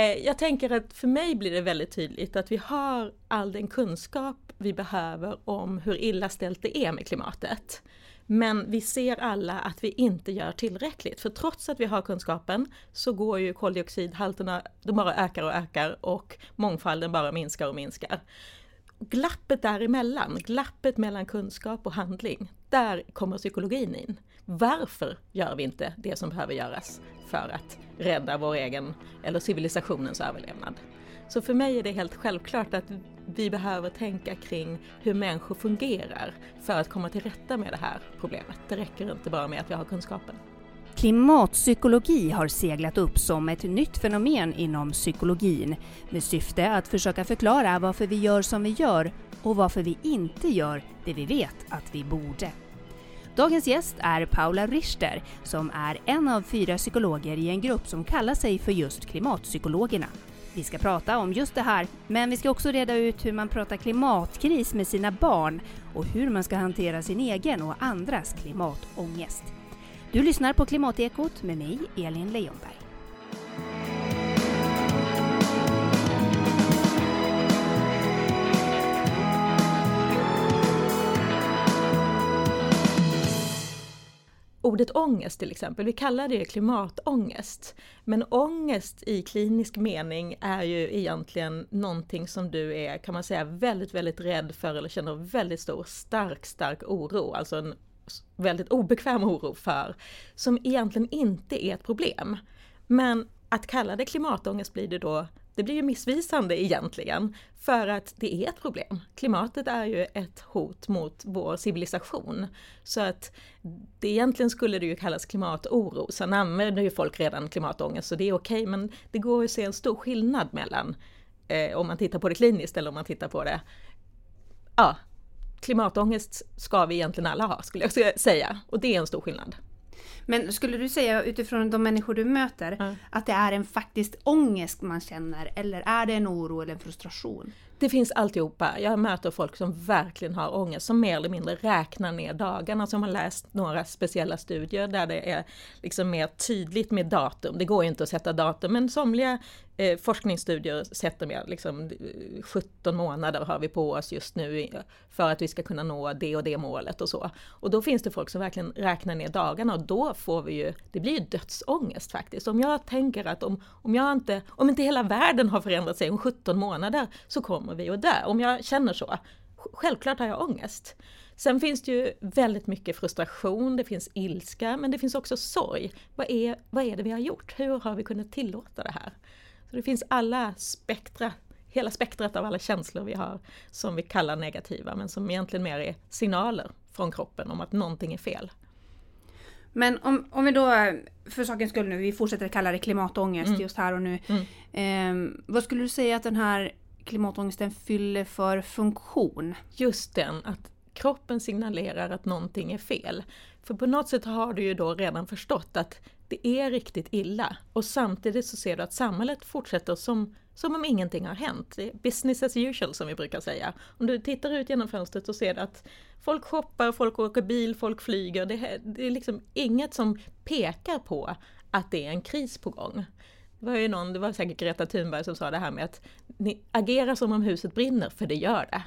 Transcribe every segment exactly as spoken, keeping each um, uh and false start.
jag tänker att för mig blir det väldigt tydligt att vi har all den kunskap vi behöver om hur illa ställt det är med klimatet. Men vi ser alla att vi inte gör tillräckligt. För trots att vi har kunskapen så går ju koldioxidhalterna, de bara ökar och ökar och mångfalden bara minskar och minskar. Glappet däremellan, glappet mellan kunskap och handling, där kommer psykologin in. Varför gör vi inte det som behöver göras för att rädda vår egen eller civilisationens överlevnad? Så för mig är det helt självklart att vi behöver tänka kring hur människor fungerar för att komma till rätta med det här problemet. Det räcker inte bara med att vi har kunskapen. Klimatpsykologi har seglat upp som ett nytt fenomen inom psykologin med syfte att försöka förklara varför vi gör som vi gör och varför vi inte gör det vi vet att vi borde. Dagens gäst är Paula Richter som är en av fyra psykologer i en grupp som kallar sig för just klimatpsykologerna. Vi ska prata om just det här, men vi ska också reda ut hur man pratar klimatkris med sina barn och hur man ska hantera sin egen och andras klimatångest. Du lyssnar på Klimatekot med mig, Elin Leonberg. Ordet ångest till exempel, vi kallar det klimatångest. Men ångest i klinisk mening är ju egentligen någonting som du är, kan man säga, väldigt, väldigt rädd för eller känner väldigt stor, stark, stark oro. Alltså en väldigt obekväm oro för, som egentligen inte är ett problem. Men att kalla det klimatångest blir det då, det blir ju missvisande egentligen, för att det är ett problem. Klimatet är ju ett hot mot vår civilisation. Så att det egentligen skulle det ju kallas klimatoro. Sen använder ju folk redan klimatångest, så det är okej. Men det går ju att se en stor skillnad mellan eh, om man tittar på det kliniskt eller om man tittar på det, ja, klimatångest ska vi egentligen alla ha, skulle jag säga. Och det är en stor skillnad. Men skulle du säga utifrån de människor du möter mm. att det är en faktiskt ångest man känner, eller är det en oro eller en frustration? Det finns alltihopa. Jag möter folk som verkligen har ångest, som mer eller mindre räknar ner dagarna, som har läst några speciella studier där det är liksom mer tydligt med datum. Det går ju inte att sätta datum, men somliga eh, forskningsstudier sätter med liksom, sjutton månader har vi på oss just nu för att vi ska kunna nå det och det målet och så. Och då finns det folk som verkligen räknar ner dagarna, och då får vi ju, det blir ju dödsångest faktiskt. Om jag tänker att om, om, jag inte, om inte hela världen har förändrat sig om sjutton månader så kommer vi att dö. Om jag känner så, självklart har jag ångest. Sen finns det ju väldigt mycket frustration, det finns ilska, men det finns också sorg. Vad är, vad är det vi har gjort? Hur har vi kunnat tillåta det här? Så det finns alla spektra, hela spektrat av alla känslor vi har som vi kallar negativa, men som egentligen mer är signaler från kroppen om att någonting är fel. Men om, om vi då, för sakens skull nu, vi fortsätter att kalla det klimatångest mm. just här och nu. Mm. Eh, vad skulle du säga att den här klimatångesten fyller för funktion? Just den, att kroppen signalerar att någonting är fel. För på något sätt har du ju då redan förstått att det är riktigt illa. Och samtidigt så ser du att samhället fortsätter som, som om ingenting har hänt. Det är business as usual som vi brukar säga. Om du tittar ut genom fönstret så ser du att folk shoppar, folk åker bil, folk flyger. Det, det är liksom inget som pekar på att det är en kris på gång. Det var ju någon, det var säkert Greta Thunberg som sa det här med att ni agerar som om huset brinner, för det gör det.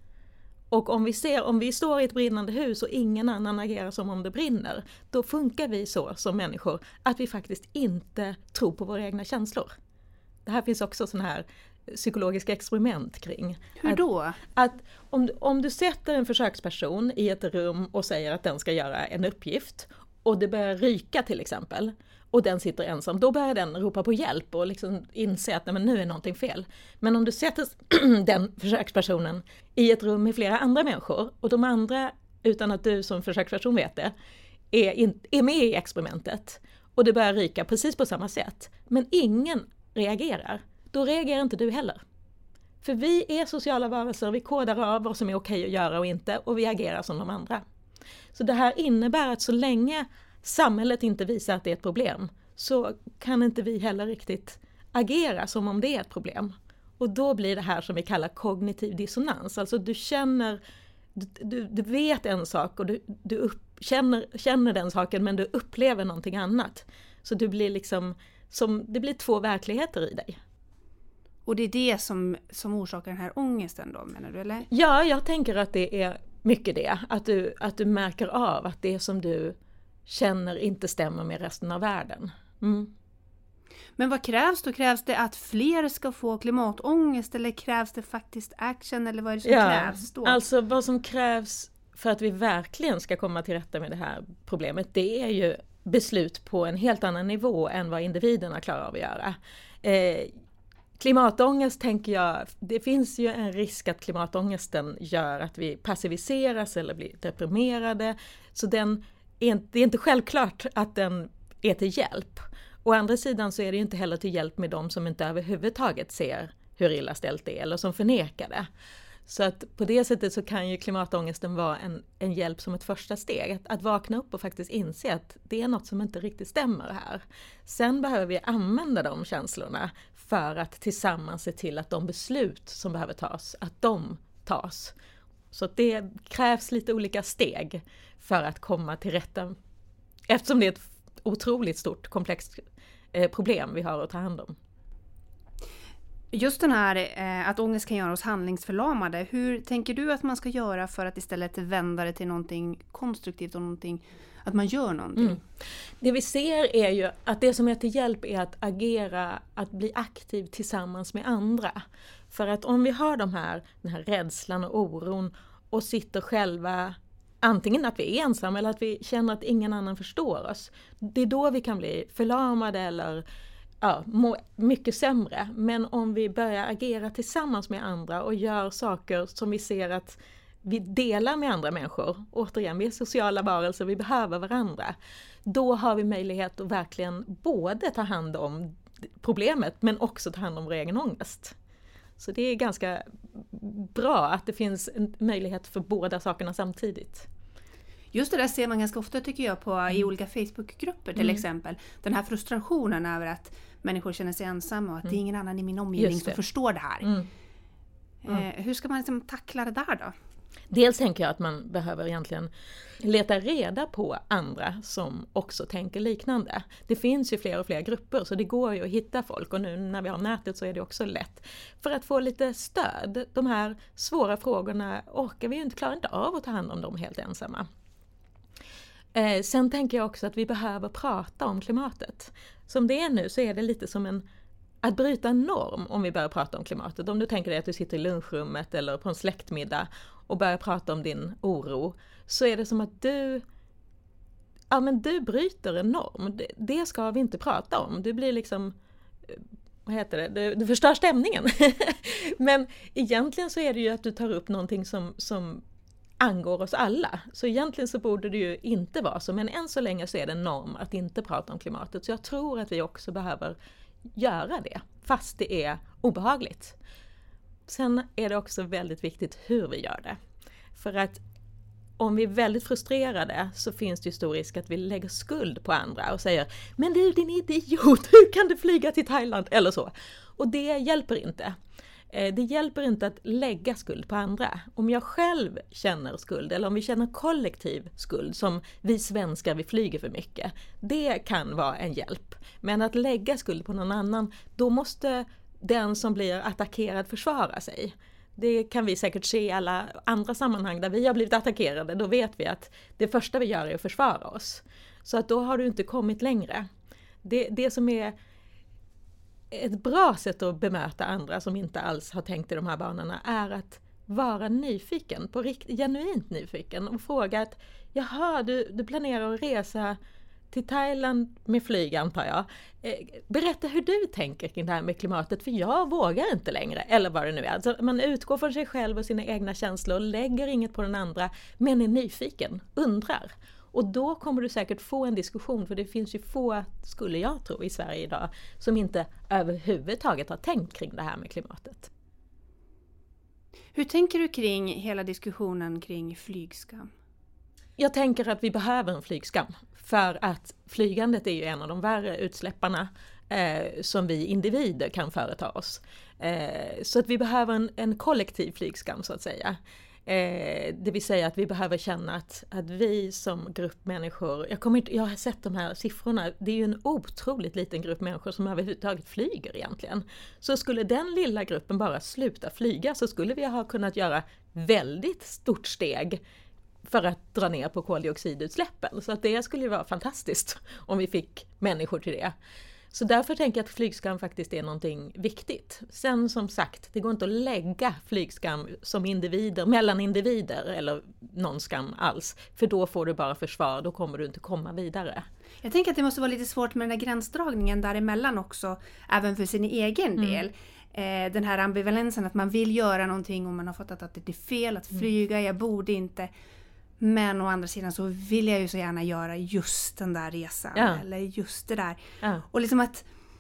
Och om vi ser, om vi står i ett brinnande hus och ingen annan agerar som om det brinner, då funkar vi så som människor att vi faktiskt inte tror på våra egna känslor. Det här finns också sån här psykologiska experiment kring. Hur då? Att, att om, om du sätter en försöksperson i ett rum och säger att den ska göra en uppgift och det börjar ryka till exempel, och den sitter ensam, då börjar den ropa på hjälp och liksom inse att nej, men nu är någonting fel. Men om du sätter den försökspersonen i ett rum med flera andra människor, och de andra, utan att du som försöksperson vet det, är, in, är med i experimentet, och det börjar ryka precis på samma sätt, men ingen reagerar, då reagerar inte du heller. För vi är sociala varelser, vi kodar av vad som är okej att göra och inte, och vi agerar som de andra. Så det här innebär att så länge samhället inte visar att det är ett problem, så kan inte vi heller riktigt agera som om det är ett problem. Och då blir det här som vi kallar kognitiv dissonans. Alltså du känner, du, du vet en sak och du, du upp, känner, känner den saken, men du upplever någonting annat. Så du blir liksom, som, det blir två verkligheter i dig. Och det är det som, som orsakar den här ångesten då, menar du, eller? Ja, jag tänker att det är mycket det. Att du, att du märker av att det som du känner inte stämmer med resten av världen. Mm. Men vad krävs då? Krävs det att fler ska få klimatångest, eller krävs det faktiskt action, eller vad är det som ja, krävs då? Alltså vad som krävs för att vi verkligen ska komma till rätta med det här problemet, det är ju beslut på en helt annan nivå än vad individerna klarar av att göra. Eh, klimatångest tänker jag, det finns ju en risk att klimatångesten gör att vi passiviseras eller blir deprimerade. Så den är, det är inte självklart att den är till hjälp. Å andra sidan så är det ju inte heller till hjälp med de som inte överhuvudtaget ser hur illa ställt det är eller som förnekar det. Så att på det sättet så kan ju klimatångesten vara en, en hjälp som ett första steg. Att, att vakna upp och faktiskt inse att det är något som inte riktigt stämmer här. Sen behöver vi använda de känslorna för att tillsammans se till att de beslut som behöver tas, att de tas. Så att det krävs lite olika steg för att komma till rätta. Eftersom det är ett otroligt stort komplext eh, problem vi har att ta hand om. Just den här eh, att ångest kan göra oss handlingsförlamade. Hur tänker du att man ska göra för att istället vända det till någonting konstruktivt och någonting, att man gör någonting? Mm. Det vi ser är ju att det som är till hjälp är att agera, att bli aktiv tillsammans med andra. För att om vi har de här, den här rädslan och oron och sitter själva, antingen att vi är ensamma eller att vi känner att ingen annan förstår oss, det är då vi kan bli förlamade eller ja, må mycket sämre. Men om vi börjar agera tillsammans med andra och gör saker som vi ser att vi delar med andra människor, återigen, vi är sociala varelser, vi behöver varandra, då har vi möjlighet att verkligen både ta hand om problemet men också ta hand om vår egen ångest. Så det är ganska bra att det finns en möjlighet för båda sakerna samtidigt. Just det där ser man ganska ofta tycker jag på, mm. i olika Facebookgrupper till mm. exempel. Den här frustrationen över att människor känner sig ensamma och att mm. det är ingen annan i min omgivning som förstår det här. Mm. Mm. Eh, hur ska man liksom tackla det där då? Dels tänker jag att man behöver egentligen leta reda på andra som också tänker liknande. Det finns ju fler och fler grupper så det går ju att hitta folk, och nu när vi har nätet så är det också lätt. För att få lite stöd, de här svåra frågorna orkar vi ju inte, klarar inte av att ta hand om dem helt ensamma. Eh, sen tänker jag också att vi behöver prata om klimatet. Som det är nu så är det lite som en att bryta en norm om vi börjar prata om klimatet. Om du tänker dig att du sitter i lunchrummet eller på en släktmiddag och börjar prata om din oro, så är det som att du, ja, men du bryter en norm. Det, det ska vi inte prata om. Du blir liksom, vad heter det, du, du förstör stämningen. Men egentligen så är det ju att du tar upp någonting som, som angår oss alla. Så egentligen så borde det ju inte vara så, men än så länge så är det en norm att inte prata om klimatet. Så jag tror att vi också behöver göra det, fast det är obehagligt. Sen är det också väldigt viktigt hur vi gör det. För att om vi är väldigt frustrerade så finns det ju stor risk att vi lägger skuld på andra och säger men du din idiot, hur kan du flyga till Thailand? Eller så. Och det hjälper inte. Det hjälper inte att lägga skuld på andra. Om jag själv känner skuld eller om vi känner kollektiv skuld, som vi svenskar, vi flyger för mycket, det kan vara en hjälp. Men att lägga skuld på någon annan, då måste den som blir attackerad försvara sig. Det kan vi säkert se i alla andra sammanhang där vi har blivit attackerade. Då vet vi att det första vi gör är att försvara oss. Så att då har du inte kommit längre. Det, det som är ett bra sätt att bemöta andra som inte alls har tänkt i de här banorna är att vara nyfiken, på rikt, genuint nyfiken, och fråga att jaha, du, du planerar att resa till Thailand med flyg antar jag. Eh, berätta hur du tänker kring det här med klimatet, för jag vågar inte längre, eller vad det nu är. Alltså, man utgår från sig själv och sina egna känslor, lägger inget på den andra, men är nyfiken, undrar. Och då kommer du säkert få en diskussion, för det finns ju få, skulle jag tro, i Sverige idag som inte överhuvudtaget har tänkt kring det här med klimatet. Hur tänker du kring hela diskussionen kring flygskam? Jag tänker att vi behöver en flygskam, för att flygandet är ju en av de värre utsläpparna eh, som vi individer kan företa oss. Eh, så att vi behöver en, en kollektiv flygskam så att säga. Eh, det vill säga att vi behöver känna att, att vi som grupp människor, jag, kommer inte, jag har sett de här siffrorna, det är ju en otroligt liten grupp människor som överhuvudtaget flyger egentligen. Så skulle den lilla gruppen bara sluta flyga så skulle vi ha kunnat göra väldigt stort steg för att dra ner på koldioxidutsläppen. Så att det skulle ju vara fantastiskt om vi fick människor till det. Så därför tänker jag att flygskam faktiskt är någonting viktigt. Sen som sagt, det går inte att lägga flygskam som individer, mellan individer eller någon skam alls. För då får du bara försvar, då kommer du inte komma vidare. Jag tänker att det måste vara lite svårt med den här gränsdragningen däremellan också, även för sin egen del. Mm. Eh, den här ambivalensen att man vill göra någonting och man har fattat att det är fel att flyga, jag borde inte. Men å andra sidan så vill jag ju så gärna göra just den där resan. Ja. Eller just det där. Ja. Och liksom att,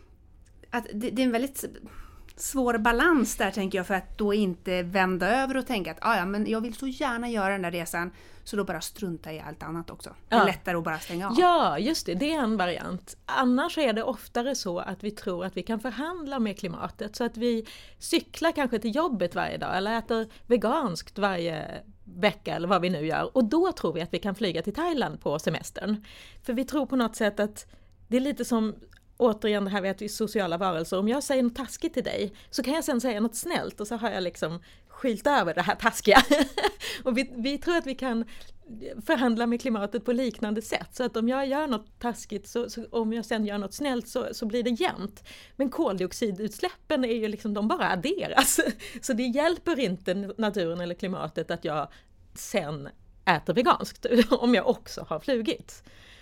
att det, det är en väldigt svår balans där, tänker jag. För att då inte vända över och tänka att ah, ja, men jag vill så gärna göra den där resan. Så då bara strunta i allt annat också. Det är ja. lättare att bara stänga av. Ja, just det. Det är en variant. Annars är det oftare så att vi tror att vi kan förhandla med klimatet. Så att vi cyklar kanske till jobbet varje dag. Eller äter veganskt varje vecka eller vad vi nu gör. Och då tror vi att vi kan flyga till Thailand på semestern. För vi tror på något sätt att det är lite som, återigen det här med att vi är sociala varelser. Om jag säger något taskigt till dig så kan jag sen säga något snällt och så har jag liksom skilt över det här taskiga. Och vi, vi tror att vi kan förhandla med klimatet på liknande sätt. Så att om jag gör något taskigt, så, så om jag sen gör något snällt så, så blir det jämnt. Men koldioxidutsläppen är ju liksom, de bara adderas. Så det hjälper inte naturen eller klimatet att jag sen äter veganskt om jag också har flugit.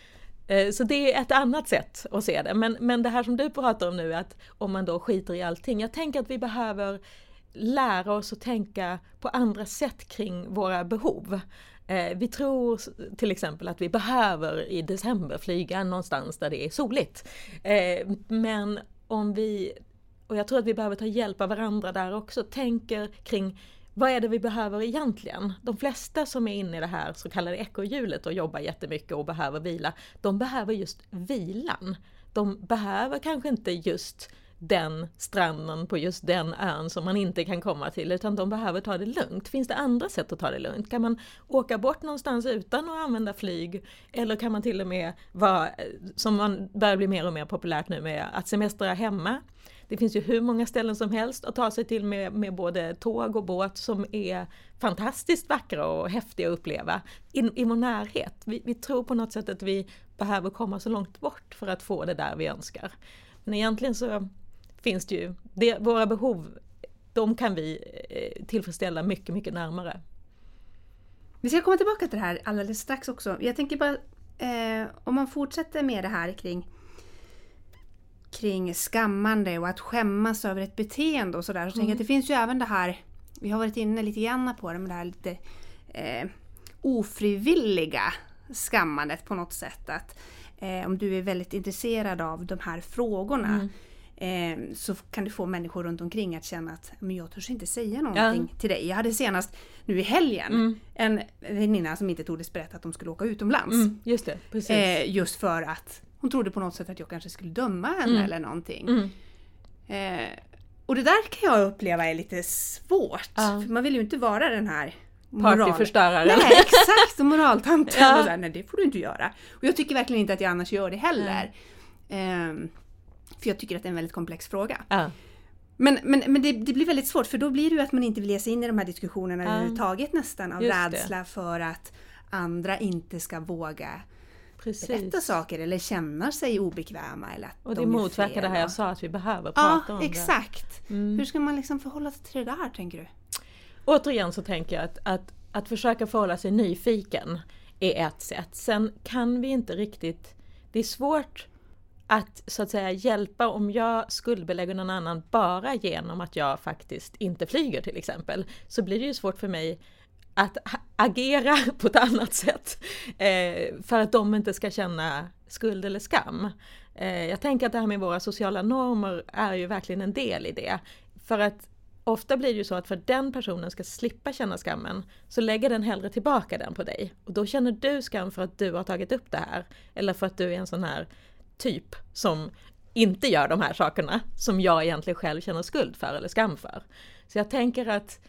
Så det är ett annat sätt att se det. Men, men det här som du pratar om nu, att om man då skiter i allting. Jag tänker att vi behöver lära oss att tänka på andra sätt kring våra behov. Eh, vi tror till exempel att vi behöver i december flyga någonstans där det är soligt. Eh, men om vi, och jag tror att vi behöver ta hjälp av varandra där också, tänker kring vad är det vi behöver egentligen? De flesta som är inne i det här så kallade ekohjulet och jobbar jättemycket och behöver vila, de behöver just vilan. De behöver kanske inte just den stranden på just den ön som man inte kan komma till, utan de behöver ta det lugnt. Finns det andra sätt att ta det lugnt? Kan man åka bort någonstans utan att använda flyg? Eller kan man till och med vara, som man börjar bli mer och mer populärt nu med, att semestra hemma? Det finns ju hur många ställen som helst att ta sig till med, med både tåg och båt som är fantastiskt vackra och häftiga att uppleva i, i vår närhet. Vi, vi tror på något sätt att vi behöver komma så långt bort för att få det där vi önskar. Men egentligen så finns det ju, det, våra behov, de kan vi eh, tillfredsställa mycket, mycket närmare. Vi ska komma tillbaka till det här alldeles strax också. Jag tänker bara, eh, om man fortsätter med det här kring, kring skammande och att skämmas över ett beteende och sådär. Så mm. tänker jag att det finns ju även det här, vi har varit inne lite grann på det, med det här lite eh, ofrivilliga skammandet på något sätt. Att eh, om du är väldigt intresserad av de här frågorna, mm. Eh, så kan du få människor runt omkring att känna att men jag törs inte säga någonting ja. till dig. Jag hade senast nu i helgen mm. en väninna som inte trodde berätta att de skulle åka utomlands. Mm, just det, precis. Eh, just för att hon trodde på något sätt att jag kanske skulle döma henne mm. eller någonting. Mm. Eh, och det där kan jag uppleva är lite svårt. Ja. För man vill ju inte vara den här partyförstörare. Nej, exakt. Moraltanten. Ja. Nej, det får du inte göra. Och jag tycker verkligen inte att jag annars gör det heller. Mm. Eh, För jag tycker att det är en väldigt komplex fråga. Uh. Men, men, men det, det blir väldigt svårt. För då blir det ju att man inte vill ge sig in i de här diskussionerna uh. överhuvudtaget nästan. Av Just rädsla det. för att andra inte ska våga Precis. berätta saker. Eller känna sig obekväma. Eller att och de det motverkar det här jag sa att vi behöver prata ja, om exakt. det. Ja, exakt. Mm. Hur ska man liksom förhålla sig till det där, tänker du? Återigen så tänker jag att, att, att försöka förhålla sig nyfiken är ett sätt. Sen kan vi inte riktigt... Det är svårt... att så att säga hjälpa om jag skuldbelägger någon annan bara genom att jag faktiskt inte flyger till exempel, så blir det ju svårt för mig att agera på ett annat sätt eh, för att de inte ska känna skuld eller skam. Eh, jag tänker att det här med våra sociala normer är ju verkligen en del i det, för att ofta blir det ju så att för att den personen ska slippa känna skammen så lägger den hellre tillbaka den på dig, och då känner du skam för att du har tagit upp det här, eller för att du är en sån här typ som inte gör de här sakerna som jag egentligen själv känner skuld för eller skam för. Så jag tänker att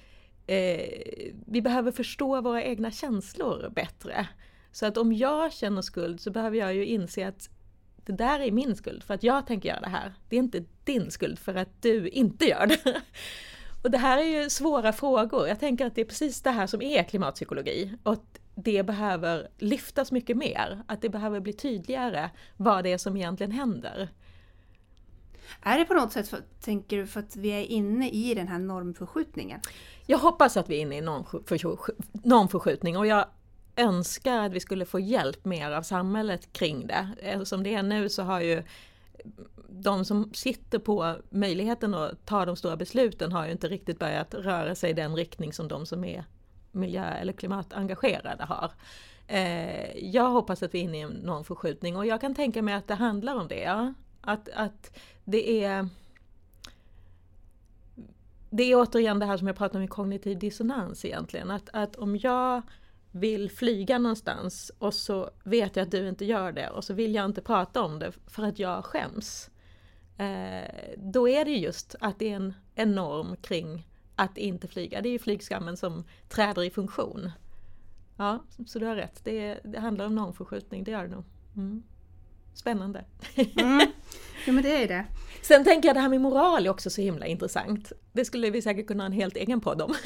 eh, vi behöver förstå våra egna känslor bättre. Så att om jag känner skuld så behöver jag ju inse att det där är min skuld för att jag tänker göra det här. Det är inte din skuld för att du inte gör det. Och det här är ju svåra frågor. Jag tänker att det är precis det här som är klimatpsykologi. Och det behöver lyftas mycket mer. Att det behöver bli tydligare vad det är som egentligen händer. Är det på något sätt, för, tänker du, för att vi är inne i den här normförskjutningen? Jag hoppas att vi är inne i normförskjutning och jag önskar att vi skulle få hjälp mer av samhället kring det. Som det är nu så har ju de som sitter på möjligheten att ta de stora besluten har ju inte riktigt börjat röra sig i den riktning som de som är miljö- eller klimatengagerade har. Eh, jag hoppas att vi är inne i en normförskjutning och jag kan tänka mig att det handlar om det. Ja? Att, att det är det är återigen det här som jag pratar om i kognitiv dissonans egentligen. Att, att om jag vill flyga någonstans och så vet jag att du inte gör det och så vill jag inte prata om det för att jag skäms. Eh, då är det just att det är en, en norm kring att inte flyga. Det är ju flygskammen som träder i funktion. Ja, så du har rätt. Det, det handlar om normförskjutning, det gör det nog. Mm. Spännande. Mm. Ja, men det är det. Sen tänker jag det här med moral är också så himla intressant. Det skulle vi säkert kunna ha en helt egen podd om.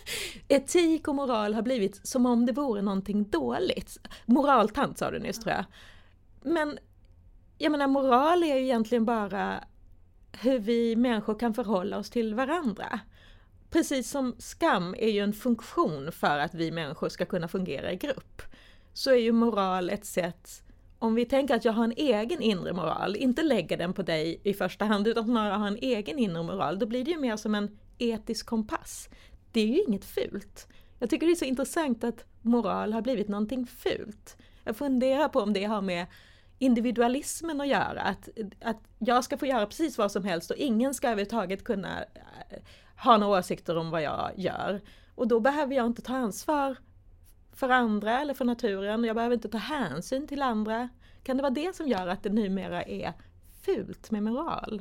Etik och moral har blivit som om det vore någonting dåligt. Moraltant sa du nyss tror jag. Men jag menar moral är ju egentligen bara hur vi människor kan förhålla oss till varandra. Precis som skam är ju en funktion för att vi människor ska kunna fungera i grupp. Så är ju moral ett sätt, om vi tänker att jag har en egen inre moral, inte lägger den på dig i första hand utan snarare har en egen inre moral, då blir det ju mer som en etisk kompass. Det är ju inget fult. Jag tycker det är så intressant att moral har blivit någonting fult. Jag funderar på om det har med individualismen att göra. Att, att jag ska få göra precis vad som helst och ingen ska överhuvudtaget kunna ha några åsikter om vad jag gör. Och då behöver jag inte ta ansvar för andra eller för naturen. Jag behöver inte ta hänsyn till andra. Kan det vara det som gör att det numera är fult med moral?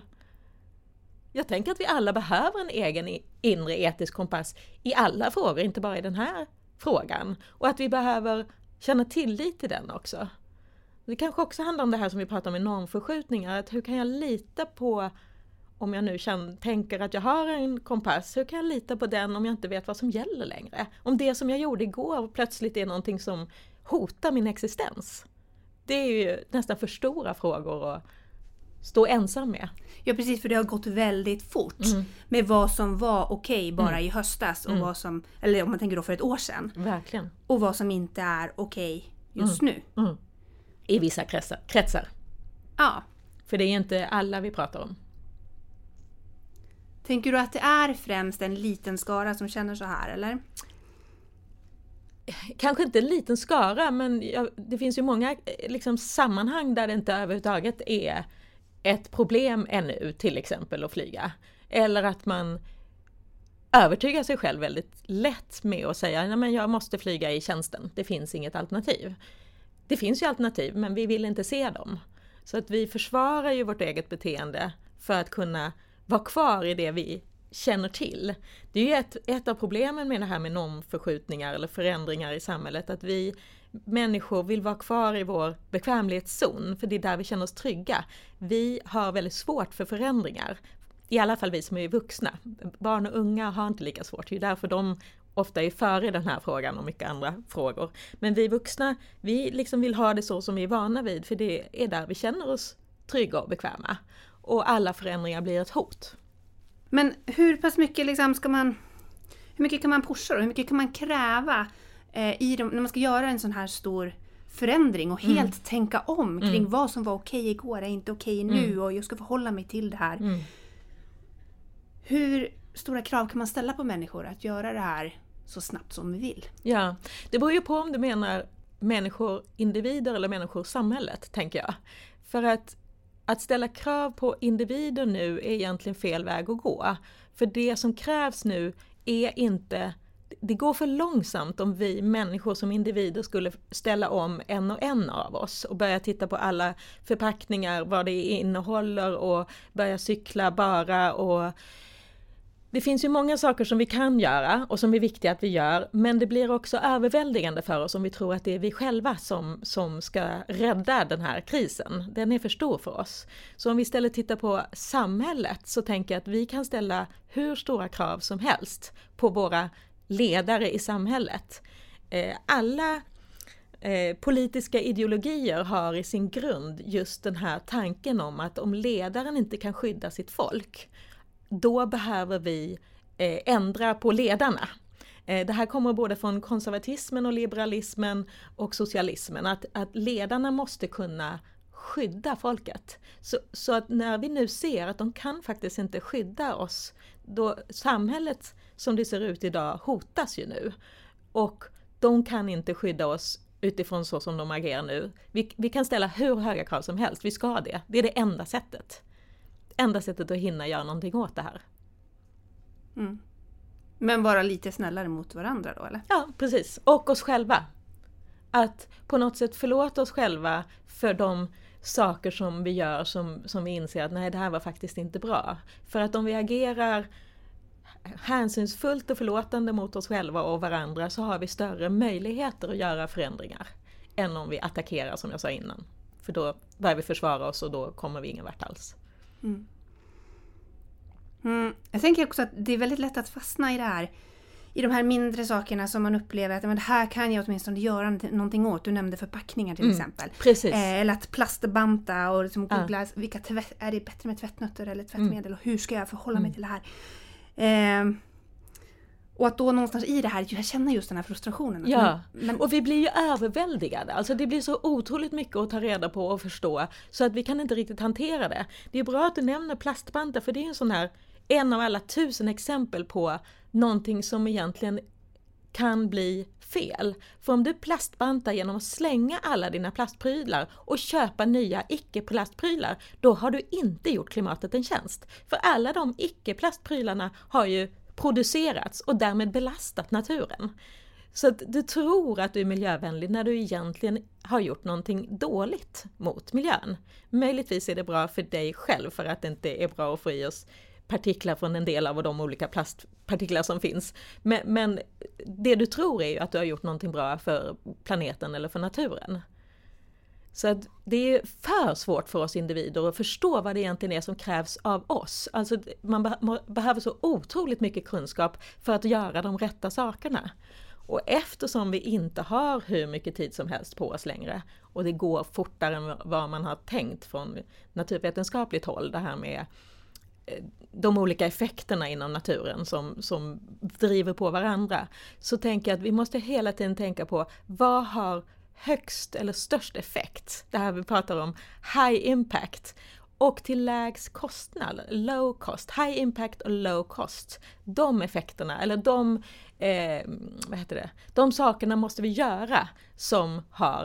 Jag tänker att vi alla behöver en egen inre etisk kompass i alla frågor, inte bara i den här frågan. Och att vi behöver känna tillit till den också. Det kanske också handlar om det här som vi pratar om i normförskjutningar. Att hur kan jag lita på, om jag nu känner, tänker att jag har en kompass, hur kan jag lita på den om jag inte vet vad som gäller längre? Om det som jag gjorde igår plötsligt är någonting som hotar min existens. Det är ju nästan för stora frågor att stå ensam med. Ja precis, för det har gått väldigt fort Mm. med vad som var okej bara Mm. i höstas och Mm. vad som, eller om man tänker då för ett år sedan. Verkligen. Och vad som inte är okej just Mm. nu. Mm. I vissa kretsar. kretsar. Ja. För det är inte alla vi pratar om. Tänker du att det är främst en liten skara som känner så här, eller? Kanske inte en liten skara, men jag, det finns ju många liksom, sammanhang där det inte överhuvudtaget är ett problem ännu, till exempel att flyga. Eller att man övertygar sig själv väldigt lätt med att säga nej men jag måste flyga i tjänsten, det finns inget alternativ. Det finns ju alternativ, men vi vill inte se dem. Så att vi försvarar ju vårt eget beteende för att kunna vara kvar i det vi känner till. Det är ju ett, ett av problemen med det här med normförskjutningar eller förändringar i samhället, att vi människor vill vara kvar i vår bekvämlighetszon, för det är där vi känner oss trygga. Vi har väldigt svårt för förändringar, i alla fall vi som är vuxna. Barn och unga har inte lika svårt, det är därför de ofta är före den här frågan och mycket andra frågor. Men vi vuxna, vi liksom vill ha det så som vi är vana vid, för det är där vi känner oss trygga och bekväma. Och alla förändringar blir ett hot. Men hur pass mycket liksom ska man, hur mycket kan man pusha och hur mycket kan man kräva eh, i de, när man ska göra en sån här stor förändring och helt mm. tänka om kring mm. vad som var okej igår är inte okej nu mm. och jag ska förhålla mig till det här. Mm. Hur stora krav kan man ställa på människor att göra det här så snabbt som vi vill? Ja, det beror ju på om du menar människor, individer eller människor, samhället, tänker jag. För att Att ställa krav på individer nu är egentligen fel väg att gå. För det som krävs nu är inte, det går för långsamt om vi människor som individer skulle ställa om en och en av oss och börja titta på alla förpackningar, vad det innehåller och börja cykla bara och Det finns ju många saker som vi kan göra och som är viktiga att vi gör, men det blir också överväldigande för oss om vi tror att det är vi själva som, som ska rädda den här krisen. Den är för stor för oss. Så om vi istället tittar på samhället så tänker jag att vi kan ställa hur stora krav som helst på våra ledare i samhället. Alla eh, politiska ideologier har i sin grund just den här tanken om att om ledaren inte kan skydda sitt folk, då behöver vi eh, ändra på ledarna. Eh, det här kommer både från konservatismen och liberalismen och socialismen, att, att ledarna måste kunna skydda folket. Så, så att när vi nu ser att de kan faktiskt inte skydda oss, då samhället som det ser ut idag hotas ju nu. Och de kan inte skydda oss utifrån så som de agerar nu. Vi, vi kan ställa hur höga krav som helst, vi ska det. Det är det enda sättet. Enda sättet att hinna göra någonting åt det här. Mm. Men vara lite snällare mot varandra då, eller? Ja, precis. Och oss själva. Att på något sätt förlåta oss själva för de saker som vi gör som, som vi inser att nej, det här var faktiskt inte bra. För att om vi agerar hänsynsfullt och förlåtande mot oss själva och varandra så har vi större möjligheter att göra förändringar än om vi attackerar, som jag sa innan. För då börjar vi försvara oss och då kommer vi ingen vart alls. Mm. Mm. Jag tänker också att det är väldigt lätt att fastna i det här, i de här mindre sakerna som man upplever att men det här kan jag åtminstone göra någonting åt. Du nämnde förpackningar till mm. exempel. Precis. Eh, eller att plastbanta och liksom googla ja. vilka tvätt, är det bättre med tvättnötter eller tvättmedel mm. och hur ska jag förhålla mig mm. till det här. Eh, och att då någonstans i det här jag känner just den här frustrationen. Ja, men, och vi blir ju överväldigade. Alltså det blir så otroligt mycket att ta reda på och förstå så att vi kan inte riktigt hantera det. Det är bra att du nämner plastbanta, för det är en sån här en av alla tusen exempel på någonting som egentligen kan bli fel. För om du plastbantar genom att slänga alla dina plastprylar och köpa nya icke-plastprylar, då har du inte gjort klimatet en tjänst. För alla de icke-plastprylarna har ju producerats och därmed belastat naturen. Så att du tror att du är miljövänlig när du egentligen har gjort någonting dåligt mot miljön. Möjligtvis är det bra för dig själv för att det inte är bra att få i oss partiklar från en del av de olika plastpartiklar som finns. Men, men det du tror är ju att du har gjort någonting bra för planeten eller för naturen. Så att det är för svårt för oss individer att förstå vad det egentligen är som krävs av oss. Alltså man, be- man behöver så otroligt mycket kunskap för att göra de rätta sakerna. Och eftersom vi inte har hur mycket tid som helst på oss längre och det går fortare än vad man har tänkt från naturvetenskapligt håll, det här med de olika effekterna inom naturen som, som driver på varandra, så tänker jag att vi måste hela tiden tänka på vad har högst eller störst effekt. Det här vi pratar om high impact och till lägst kostnad, low cost, high impact och low cost. De effekterna eller de, eh, vad heter det? De sakerna måste vi göra som har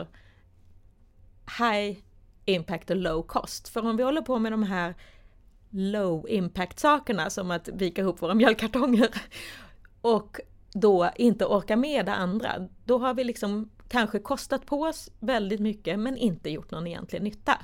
high impact och low cost. För om vi håller på med de här low impact sakerna som att vika ihop våra mjölkartonger och då inte orka med det andra, då har vi liksom kanske kostat på oss väldigt mycket men inte gjort någon egentlig nytta.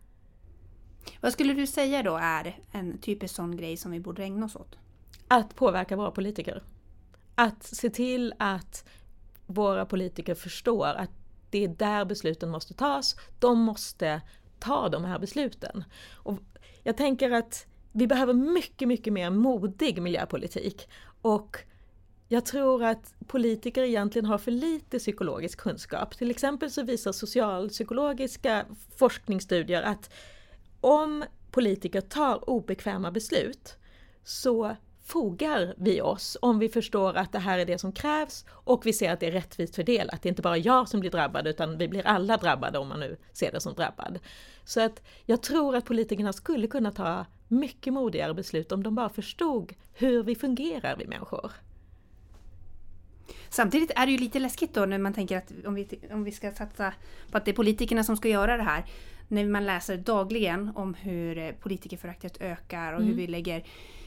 Vad skulle du säga då är en typisk sån grej som vi borde ägna oss åt? Att påverka våra politiker. Att se till att våra politiker förstår att det är där besluten måste tas. De måste ta de här besluten. Och jag tänker att vi behöver mycket, mycket mer modig miljöpolitik. Och jag tror att politiker egentligen har för lite psykologisk kunskap. Till exempel så visar socialpsykologiska forskningsstudier att om politiker tar obekväma beslut så fogar vi oss om vi förstår att det här är det som krävs och vi ser att det är rättvist fördelat. Det är inte bara jag som blir drabbad utan vi blir alla drabbade om man nu ser det som drabbad. Så att jag tror att politikerna skulle kunna ta mycket modigare beslut om de bara förstod hur vi fungerar, vi människor. Samtidigt är det ju lite läskigt då när man tänker att om vi, om vi ska satsa på att det är politikerna som ska göra det här. När man läser dagligen om hur politikerföraktet ökar och mm. hur vi lägger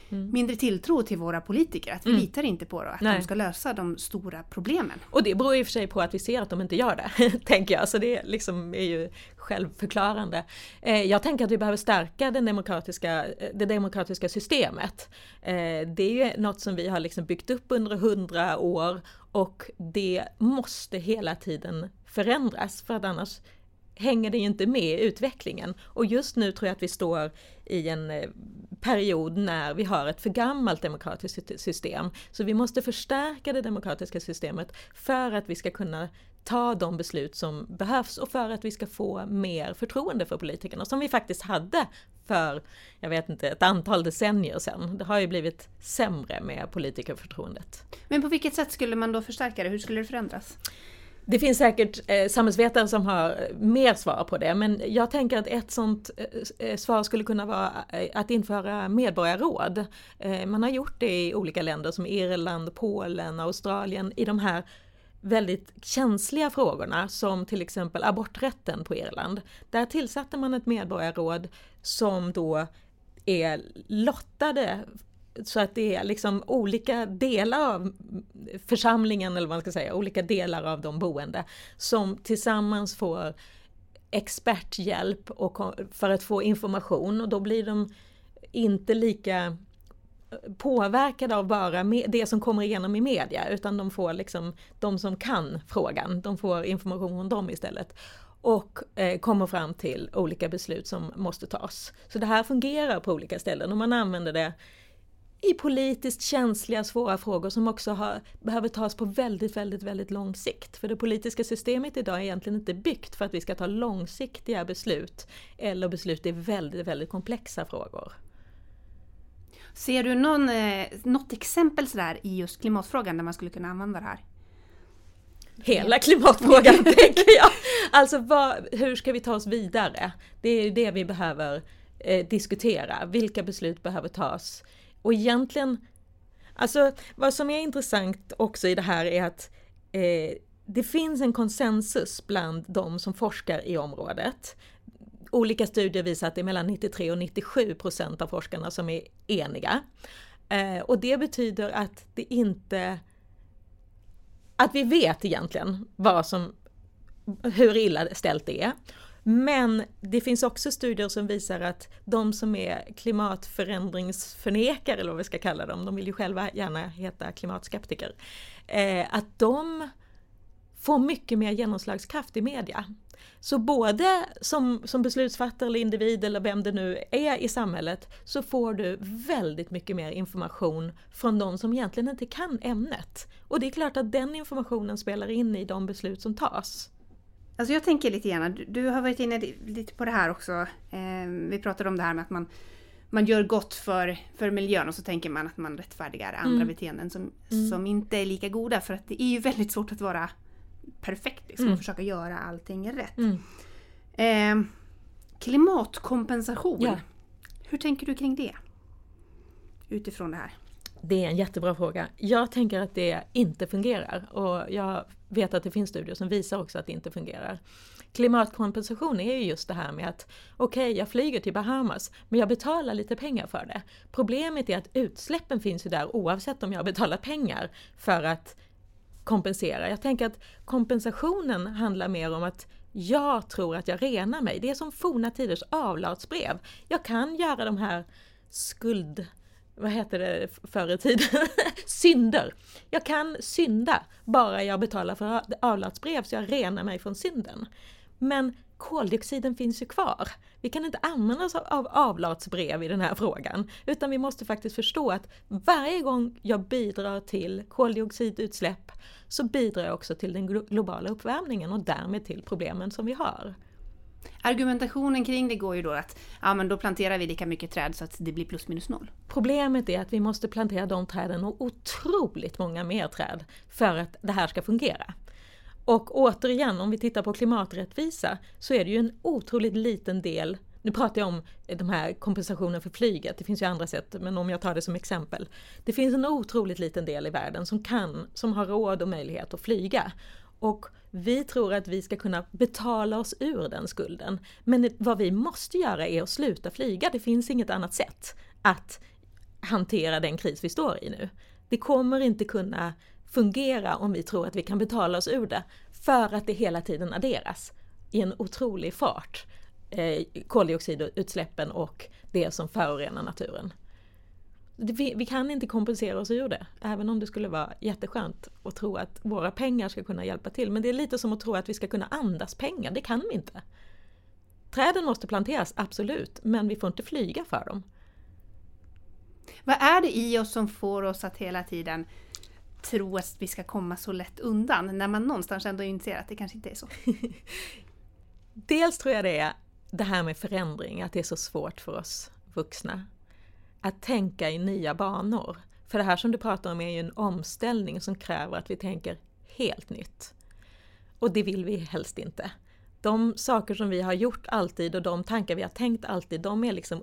mm. mindre tilltro till våra politiker. Att vi mm. litar inte på det, att Nej. de ska lösa de stora problemen. Och det beror i och för sig på att vi ser att de inte gör det, tänker jag. Så det liksom är ju självförklarande. Eh, jag tänker att vi behöver stärka den demokratiska, det demokratiska systemet. Eh, det är ju något som vi har liksom byggt upp under hundra år och det måste hela tiden förändras, för att annars hänger det ju inte med i utvecklingen. Och just nu tror jag att vi står i en period när vi har ett för gammalt demokratiskt system. Så vi måste förstärka det demokratiska systemet för att vi ska kunna ta de beslut som behövs och för att vi ska få mer förtroende för politikerna, som vi faktiskt hade för, jag vet inte, ett antal decennier sedan. Det har ju blivit sämre med politikerförtroendet. Men på vilket sätt skulle man då förstärka det? Hur skulle det förändras? Det finns säkert eh, samhällsvetare som har mer svar på det, men jag tänker att ett sånt eh, svar skulle kunna vara att införa medborgarråd. Eh, man har gjort det i olika länder som Irland, Polen, Australien, i de här väldigt känsliga frågorna, som till exempel aborträtten på Irland. Där tillsatte man ett medborgarråd som då är lottade, så att det är liksom olika delar av församlingen, eller vad man ska säga, olika delar av de boende som tillsammans får experthjälp och för att få information, och då blir de inte lika påverkade av bara det som kommer igenom i media, utan de får liksom de som kan frågan, de får information om dem istället och eh, kommer fram till olika beslut som måste tas. Så det här fungerar på olika ställen och man använder det i politiskt känsliga, svåra frågor som också har, behöver tas på väldigt, väldigt, väldigt lång sikt. För det politiska systemet idag är egentligen inte byggt för att vi ska ta långsiktiga beslut eller beslut i väldigt, väldigt komplexa frågor. Ser du någon, eh, något exempel sådär i just klimatfrågan där man skulle kunna använda det här? Hela klimatfrågan tänker jag. Alltså vad, hur ska vi ta oss vidare? Det är ju det vi behöver eh, diskutera. Vilka beslut behöver tas? Och egentligen, alltså vad som är intressant också i det här är att eh, det finns en konsensus bland de som forskar i området. Olika studier visar att det är mellan nittiotre och nittiosju procent av forskarna som är eniga. Eh, och det betyder att det inte, att vi vet egentligen vad som, hur illa ställt det är. Men det finns också studier som visar att de som är klimatförändringsförnekare, eller vad vi ska kalla dem, de vill ju själva gärna heta klimatskeptiker, eh, att de får mycket mer genomslagskraft i media. Så både som, som beslutsfattare eller individ eller vem det nu är i samhället, så får du väldigt mycket mer information från de som egentligen inte kan ämnet. Och det är klart att den informationen spelar in i de beslut som tas. Alltså jag tänker lite grann, du, du har varit inne lite på det här också. Eh, vi pratade om det här med att man, man gör gott för, för miljön och så tänker man att man rättfärdigar andra mm. beteenden som, mm. som inte är lika goda. För att det är ju väldigt svårt att vara perfekt liksom, mm. och försöka göra allting rätt. Mm. Eh, klimatkompensation. Ja. Hur tänker du kring det? Utifrån det här. Det är en jättebra fråga. Jag tänker att det inte fungerar och jag vet att det finns studier som visar också att det inte fungerar. Klimatkompensation är ju just det här med att okej, okay, jag flyger till Bahamas men jag betalar lite pengar för det. Problemet är att utsläppen finns ju där oavsett om jag betalar pengar för att kompensera. Jag tänker att kompensationen handlar mer om att jag tror att jag renar mig. Det är som forna tiders avlatsbrev. Jag kan göra de här skuld... vad heter det förr i tiden? Synder. Jag kan synda bara jag betalar för avlatsbrev så jag renar mig från synden. Men koldioxiden finns ju kvar. Vi kan inte använda oss av avlatsbrev i den här frågan. Utan vi måste faktiskt förstå att varje gång jag bidrar till koldioxidutsläpp så bidrar jag också till den globala uppvärmningen och därmed till problemen som vi har. Argumentationen kring det går ju då att ja, men då planterar vi lika mycket träd så att det blir plus minus noll. Problemet är att vi måste plantera de träden och otroligt många mer träd för att det här ska fungera. Och återigen, om vi tittar på klimaträttvisa så är det ju en otroligt liten del. Nu pratar jag om de här kompensationen för flyget, det finns ju andra sätt, men om jag tar det som exempel. Det finns en otroligt liten del i världen som kan, som har råd och möjlighet att flyga. Och vi tror att vi ska kunna betala oss ur den skulden. Men vad vi måste göra är att sluta flyga. Det finns inget annat sätt att hantera den kris vi står i nu. Det kommer inte kunna fungera om vi tror att vi kan betala oss ur det, för att det hela tiden adderas i en otrolig fart. Eh, koldioxidutsläppen och det som förorenar naturen. Vi, vi kan inte kompensera oss ur det, även om det skulle vara jätteskönt att tro att våra pengar ska kunna hjälpa till. Men det är lite som att tro att vi ska kunna andas pengar, det kan vi inte. Träden måste planteras, absolut, men vi får inte flyga för dem. Vad är det i oss som får oss att hela tiden tro att vi ska komma så lätt undan, när man någonstans ändå inser att det kanske inte är så? Dels tror jag det är det här med förändring, att det är så svårt för oss vuxna att tänka i nya banor. För det här som du pratar om är ju en omställning som kräver att vi tänker helt nytt. Och det vill vi helst inte. De saker som vi har gjort alltid och de tankar vi har tänkt alltid, de är liksom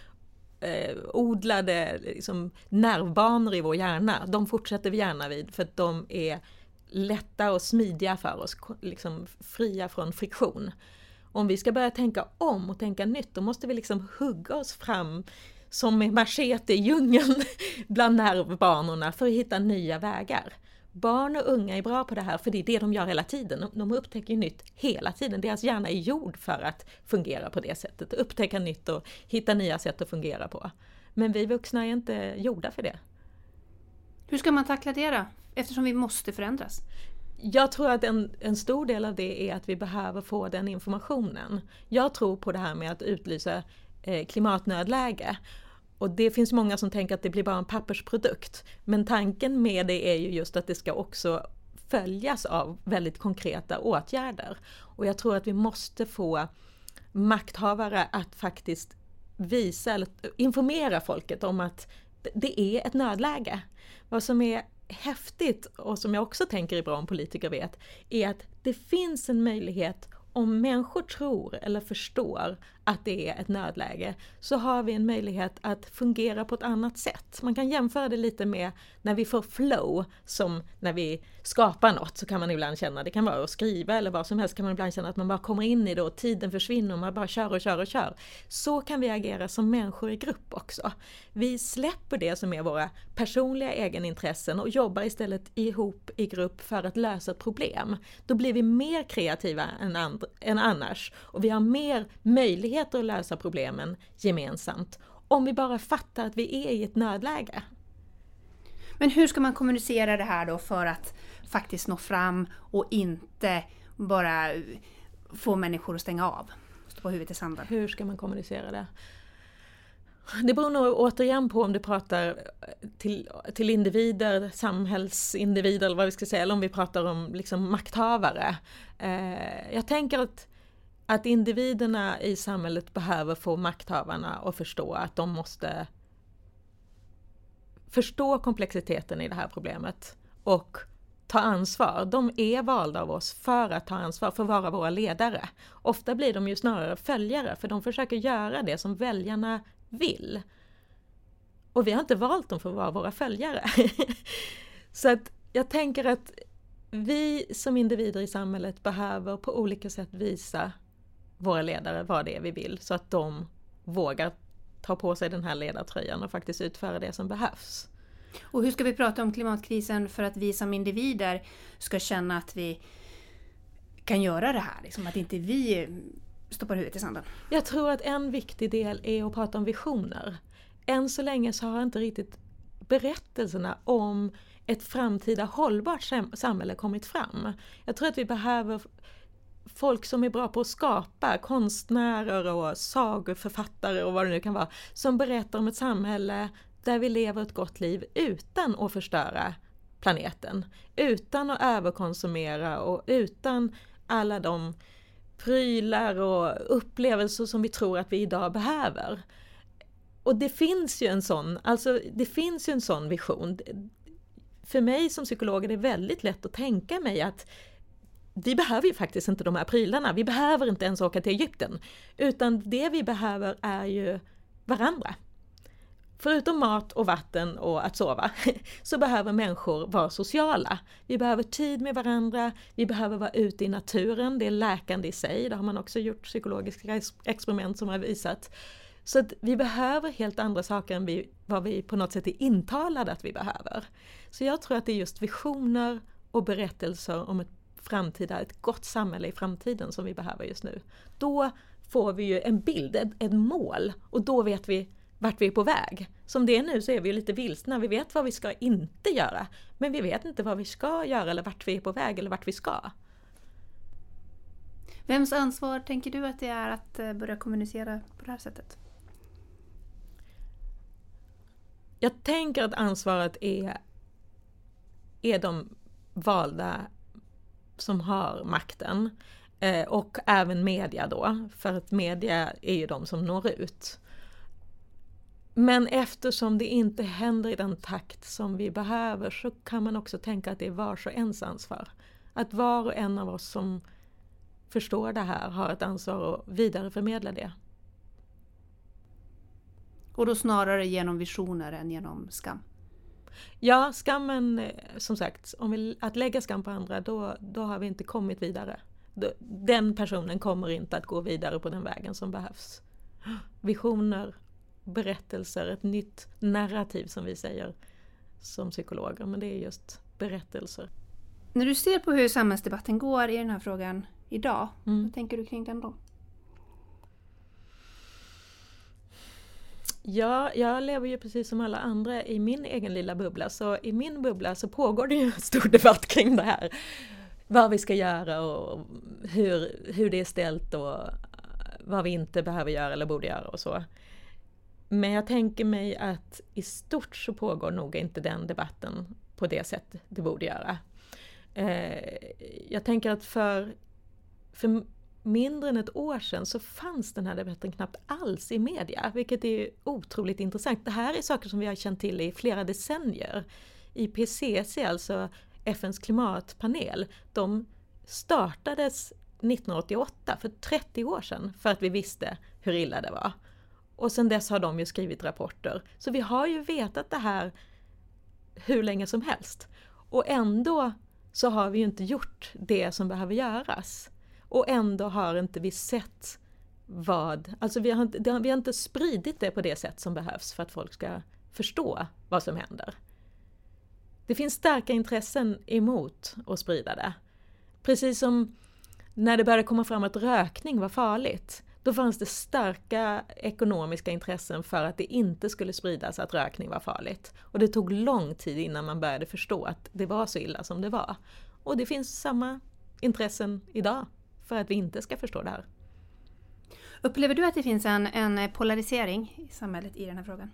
uppodlade liksom nervbanor i vår hjärna. De fortsätter vi gärna vid för att de är lätta och smidiga för oss, liksom fria från friktion. Om vi ska börja tänka om och tänka nytt, då måste vi liksom hugga oss fram som med machete i djungeln bland nervbanorna för att hitta nya vägar. Barn och unga är bra på det här, för det är det de gör hela tiden. De upptäcker nytt hela tiden. Deras hjärna är gjord för att fungera på det sättet. Upptäcka nytt och hitta nya sätt att fungera på. Men vi vuxna är inte gjorda för det. Hur ska man tackla det då? Eftersom vi måste förändras. Jag tror att en, en stor del av det är att vi behöver få den informationen. Jag tror på det här med att utlysa eh, klimatnödläge. Och det finns många som tänker att det blir bara en pappersprodukt. Men tanken med det är ju just att det ska också följas av väldigt konkreta åtgärder. Och jag tror att vi måste få makthavare att faktiskt visa eller informera folket om att det är ett nödläge. Vad som är häftigt och som jag också tänker är bra om politiker vet är att det finns en möjlighet, om människor tror eller förstår att det är ett nödläge, så har vi en möjlighet att fungera på ett annat sätt. Man kan jämföra det lite med när vi får flow, som när vi skapar något, så kan man ibland känna, det kan vara att skriva eller vad som helst, kan man ibland känna att man bara kommer in i det och tiden försvinner och man bara kör och kör och kör. Så kan vi agera som människor i grupp också. Vi släpper det som är våra personliga egenintressen och jobbar istället ihop i grupp för att lösa ett problem. Då blir vi mer kreativa än, and- än annars och vi har mer möjligheter att lösa problemen gemensamt om vi bara fattar att vi är i ett nödläge. Men hur ska man kommunicera det här då för att faktiskt nå fram och inte bara få människor att stänga av? Stå på huvudet i sanden. Hur ska man kommunicera det? Det beror nog återigen på om du pratar till, till individer, samhällsindivider eller vad vi ska säga, eller om vi pratar om liksom makthavare. Eh, jag tänker att Att individerna i samhället behöver få makthavarna att förstå att de måste förstå komplexiteten i det här problemet och ta ansvar. De är valda av oss för att ta ansvar, för att vara våra ledare. Ofta blir de ju snarare följare, för de försöker göra det som väljarna vill. Och vi har inte valt dem för att vara våra följare. Så att jag tänker att vi som individer i samhället behöver på olika sätt visa våra ledare vad det är vi vill, så att de vågar ta på sig den här ledartröjan och faktiskt utföra det som behövs. Och hur ska vi prata om klimatkrisen för att vi som individer ska känna att vi kan göra det här? Liksom att inte vi stoppar huvudet i sanden. Jag tror att en viktig del är att prata om visioner. Än så länge så har inte riktigt berättelserna om ett framtida hållbart samhälle kommit fram. Jag tror att vi behöver folk som är bra på att skapa, konstnärer och sagoförfattare och vad det nu kan vara, som berättar om ett samhälle där vi lever ett gott liv utan att förstöra planeten, utan att överkonsumera och utan alla de prylar och upplevelser som vi tror att vi idag behöver. Och det finns ju en sån, alltså det finns ju en sån vision. För mig som psykolog är det väldigt lätt att tänka mig att vi behöver ju faktiskt inte de här prylarna. Vi behöver inte ens åka till Egypten. Utan det vi behöver är ju varandra. Förutom mat och vatten och att sova så behöver människor vara sociala. Vi behöver tid med varandra. Vi behöver vara ute i naturen. Det är läkande i sig. Det har man också gjort psykologiska experiment som har visat. Så att vi behöver helt andra saker än vi, vad vi på något sätt är intalade att vi behöver. Så jag tror att det är just visioner och berättelser om ett framtida, ett gott samhälle i framtiden som vi behöver just nu. Då får vi ju en bild, ett, ett mål, och då vet vi vart vi är på väg. Som det är nu så är vi ju lite vilsna. Vi vet vad vi ska inte göra, men vi vet inte vad vi ska göra eller vart vi är på väg eller vart vi ska. Vems ansvar tänker du att det är att börja kommunicera på det här sättet? Jag tänker att ansvaret är, är de valda som har makten. Eh, och även media då. För att media är ju de som når ut. Men eftersom det inte händer i den takt som vi behöver så kan man också tänka att det är vars och ens ansvar. Att var och en av oss som förstår det här har ett ansvar att vidareförmedla det. Och då snarare genom visioner än genom skam? Ja, skammen, som sagt, om vi, att lägga skam på andra, då, då har vi inte kommit vidare. Den personen kommer inte att gå vidare på den vägen som behövs. Visioner, berättelser, ett nytt narrativ som vi säger som psykologer, men det är just berättelser. När du ser på hur samhällsdebatten går i den här frågan idag, mm. vad tänker du kring den då? Ja, jag lever ju precis som alla andra i min egen lilla bubbla, så i min bubbla så pågår det ju en stor debatt kring det här. Vad vi ska göra och hur, hur det är ställt och vad vi inte behöver göra eller borde göra och så. Men jag tänker mig att i stort så pågår nog inte den debatten på det sätt det borde göra. Jag tänker att för, för mindre än ett år sedan så fanns den här debatten knappt alls i media, vilket är otroligt intressant. Det här är saker som vi har känt till i flera decennier. I P C C, alltså F N:s klimatpanel, de startades nittonhundraåttioåtta, för trettio år sedan, för att vi visste hur illa det var. Och sedan dess har de ju skrivit rapporter. Så vi har ju vetat det här hur länge som helst. Och ändå så har vi ju inte gjort det som behöver göras. Och ändå har inte vi sett vad, alltså vi har inte, vi har inte spridit det på det sätt som behövs för att folk ska förstå vad som händer. Det finns starka intressen emot att sprida det. Precis som när det började komma fram att rökning var farligt, då fanns det starka ekonomiska intressen för att det inte skulle spridas att rökning var farligt. Och det tog lång tid innan man började förstå att det var så illa som det var. Och det finns samma intressen idag för att vi inte ska förstå det här. Upplever du att det finns en, en polarisering i samhället i den här frågan?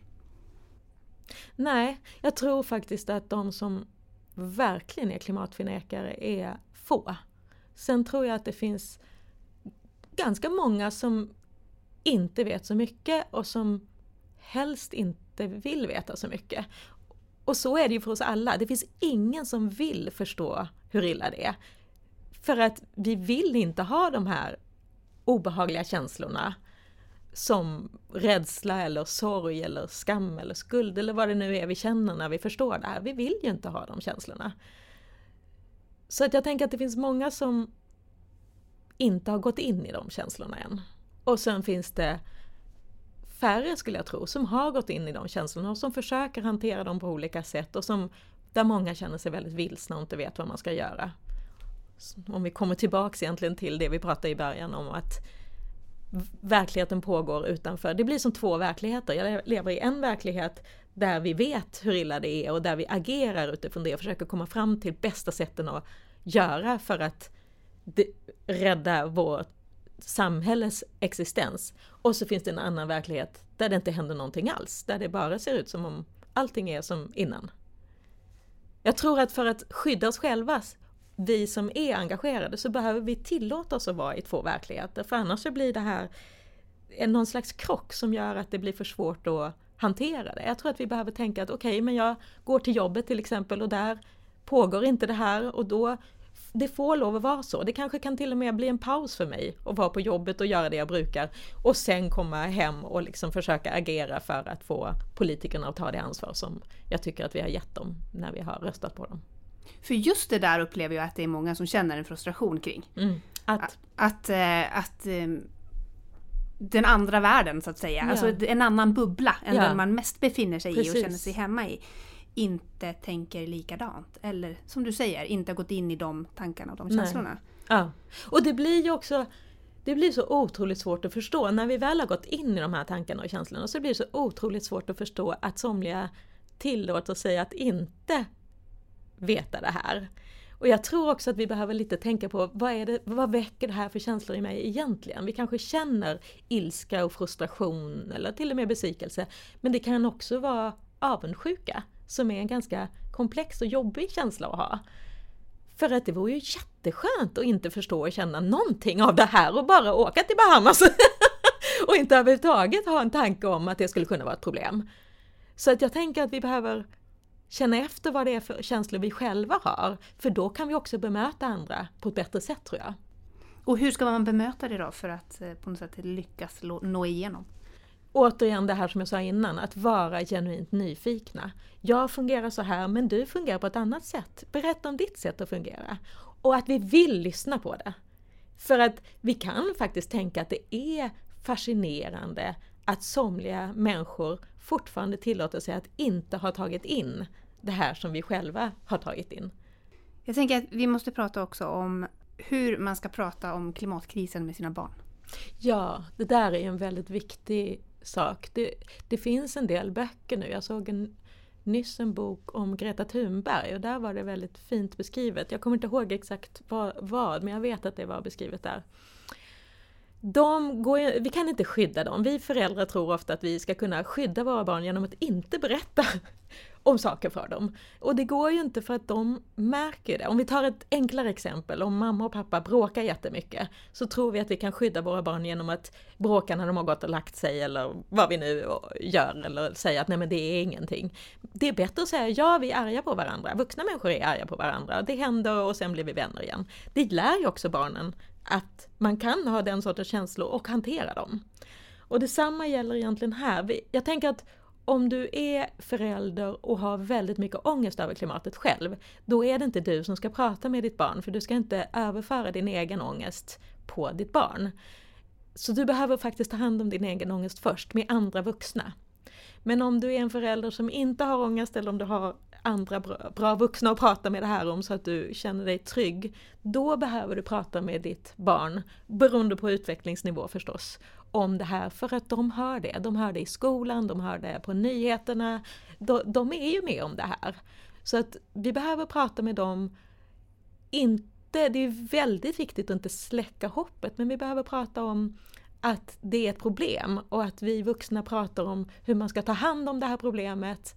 Nej, jag tror faktiskt att de som verkligen är klimatförnekare är få. Sen tror jag att det finns ganska många som inte vet så mycket och som helst inte vill veta så mycket. Och så är det ju för oss alla. Det finns ingen som vill förstå hur illa det är. För att vi vill inte ha de här obehagliga känslorna som rädsla eller sorg eller skam eller skuld eller vad det nu är vi känner när vi förstår det här. Vi vill ju inte ha de känslorna. Så att jag tänker att det finns många som inte har gått in i de känslorna än. Och sen finns det färre, skulle jag tro, som har gått in i de känslorna och som försöker hantera dem på olika sätt och som, där många känner sig väldigt vilsna och inte vet vad man ska göra. Om vi kommer tillbaka egentligen till det vi pratade i början om, att verkligheten pågår utanför. Det blir som två verkligheter. Jag lever i en verklighet där vi vet hur illa det är och där vi agerar utifrån det och försöker komma fram till bästa sätten att göra för att det, rädda vårt samhälles existens. Och så finns det en annan verklighet där det inte händer någonting alls. Där det bara ser ut som om allting är som innan. Jag tror att för att skydda oss själva, vi som är engagerade, så behöver vi tillåta oss att vara i två verkligheter. För annars så blir det här någon slags krock som gör att det blir för svårt att hantera det. Jag tror att vi behöver tänka att okej, okay, men jag går till jobbet till exempel och där pågår inte det här och då det får lov att vara så. Det kanske kan till och med bli en paus för mig att vara på jobbet och göra det jag brukar och sen komma hem och liksom försöka agera för att få politikerna att ta det ansvar som jag tycker att vi har gett dem när vi har röstat på dem. För just det där upplever jag att det är många som känner en frustration kring. Mm. Att? Att, att, att den andra världen så att säga. Ja. Alltså en annan bubbla än ja. den man mest befinner sig Precis. i och känner sig hemma i. Inte tänker likadant. Eller som du säger, inte har gått in i de tankarna och de Nej. känslorna. Ja, och det blir ju också... Det blir så otroligt svårt att förstå. När vi väl har gått in i de här tankarna och känslorna så blir det så otroligt svårt att förstå att somliga tillåter sig att inte veta det här. Och jag tror också att vi behöver lite tänka på vad, är det, vad väcker det här för känslor i mig egentligen? Vi kanske känner ilska och frustration eller till och med besvikelse. Men det kan också vara avundsjuka som är en ganska komplex och jobbig känsla att ha. För att det vore ju jätteskönt att inte förstå och känna någonting av det här och bara åka till Bahamas och inte överhuvudtaget ha en tanke om att det skulle kunna vara ett problem. Så att jag tänker att vi behöver känna efter vad det är för känslor vi själva har. För då kan vi också bemöta andra på ett bättre sätt, tror jag. Och hur ska man bemöta det då för att på något sätt lyckas nå igenom? Återigen det här som jag sa innan, att vara genuint nyfikna. Jag fungerar så här, men du fungerar på ett annat sätt. Berätta om ditt sätt att fungera. Och att vi vill lyssna på det. För att vi kan faktiskt tänka att det är fascinerande att somliga människor fortfarande tillåter sig att inte ha tagit in det här som vi själva har tagit in. Jag tänker att vi måste prata också om hur man ska prata om klimatkrisen med sina barn. Ja, det där är en väldigt viktig sak. Det, det finns en del böcker nu. Jag såg en, nyss en bok om Greta Thunberg och där var det väldigt fint beskrivet. Jag kommer inte ihåg exakt vad, vad men jag vet att det var beskrivet där. De går, vi kan inte skydda dem. Vi föräldrar tror ofta att vi ska kunna skydda våra barn genom att inte berätta om saker för dem. Och det går ju inte för att de märker det. Om vi tar ett enklare exempel, om mamma och pappa bråkar jättemycket så tror vi att vi kan skydda våra barn genom att bråka när de har gått och lagt sig eller vad vi nu gör eller säga att nej men det är ingenting. Det är bättre att säga ja, vi är arga på varandra. Vuxna människor är arga på varandra. Det händer och sen blir vi vänner igen. Det lär ju också barnen att man kan ha den sortens känslor och hantera dem. Och detsamma gäller egentligen här. Jag tänker att om du är förälder och har väldigt mycket ångest över klimatet själv, då är det inte du som ska prata med ditt barn, för du ska inte överföra din egen ångest på ditt barn. Så du behöver faktiskt ta hand om din egen ångest först med andra vuxna. Men om du är en förälder som inte har ångest eller om du har andra bra, bra vuxna att prata med det här om så att du känner dig trygg, då behöver du prata med ditt barn, beroende på utvecklingsnivå förstås, om det här för att de hör det. De hör det i skolan, de hör det på nyheterna, de, de är ju med om det här. Så att vi behöver prata med dem, inte, det är väldigt viktigt att inte släcka hoppet, men vi behöver prata om att det är ett problem och att vi vuxna pratar om hur man ska ta hand om det här problemet.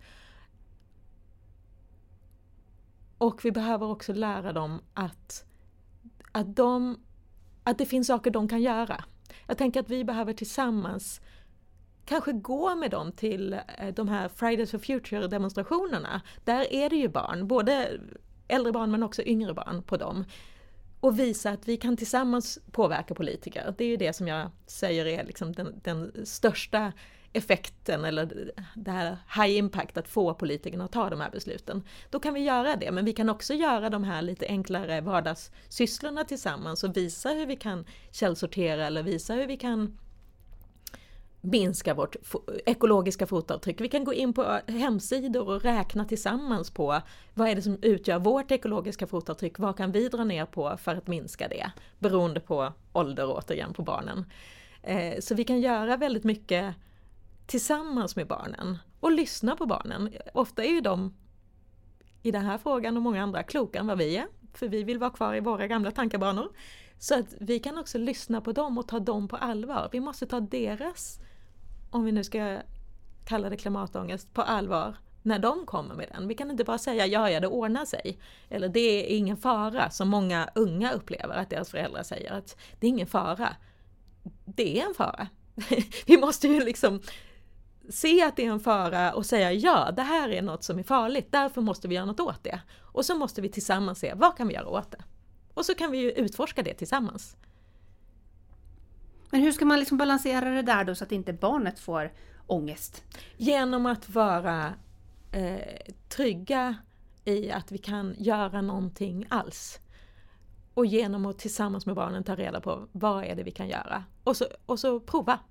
Och vi behöver också lära dem att, att, de, att det finns saker de kan göra. Jag tänker att vi behöver tillsammans kanske gå med dem till de här Fridays for Future-demonstrationerna. Där är det ju barn, både äldre barn men också yngre barn på dem. Och visa att vi kan tillsammans påverka politiker. Det är ju det som jag säger är liksom den, den största effekten eller det här high impact att få politikerna att ta de här besluten. Då kan vi göra det, men vi kan också göra de här lite enklare vardagssysslorna tillsammans och visa hur vi kan källsortera eller visa hur vi kan minska vårt ekologiska fotavtryck. Vi kan gå in på hemsidor och räkna tillsammans på vad är det som utgör vårt ekologiska fotavtryck, vad kan vi dra ner på för att minska det, beroende på ålder återigen på barnen. Eh, så vi kan göra väldigt mycket tillsammans med barnen och lyssna på barnen. Ofta är ju de i den här frågan och många andra klokare än vad vi är, för vi vill vara kvar i våra gamla tankebanor. Så att vi kan också lyssna på dem och ta dem på allvar. Vi måste ta deras, om vi nu ska kalla det klimatångest, på allvar när de kommer med den. Vi kan inte bara säga ja, ja, det ordnar sig. Eller det är ingen fara, som många unga upplever att deras föräldrar säger att det är ingen fara. Det är en fara. Vi måste ju liksom se att det är en fara och säga ja, det här är något som är farligt. Därför måste vi göra något åt det. Och så måste vi tillsammans se, vad kan vi göra åt det? Och så kan vi ju utforska det tillsammans. Men hur ska man liksom balansera det där då så att inte barnet får ångest? Genom att vara eh, trygga i att vi kan göra någonting alls. Och genom att tillsammans med barnen ta reda på vad är det vi kan göra. Och så, och så prova.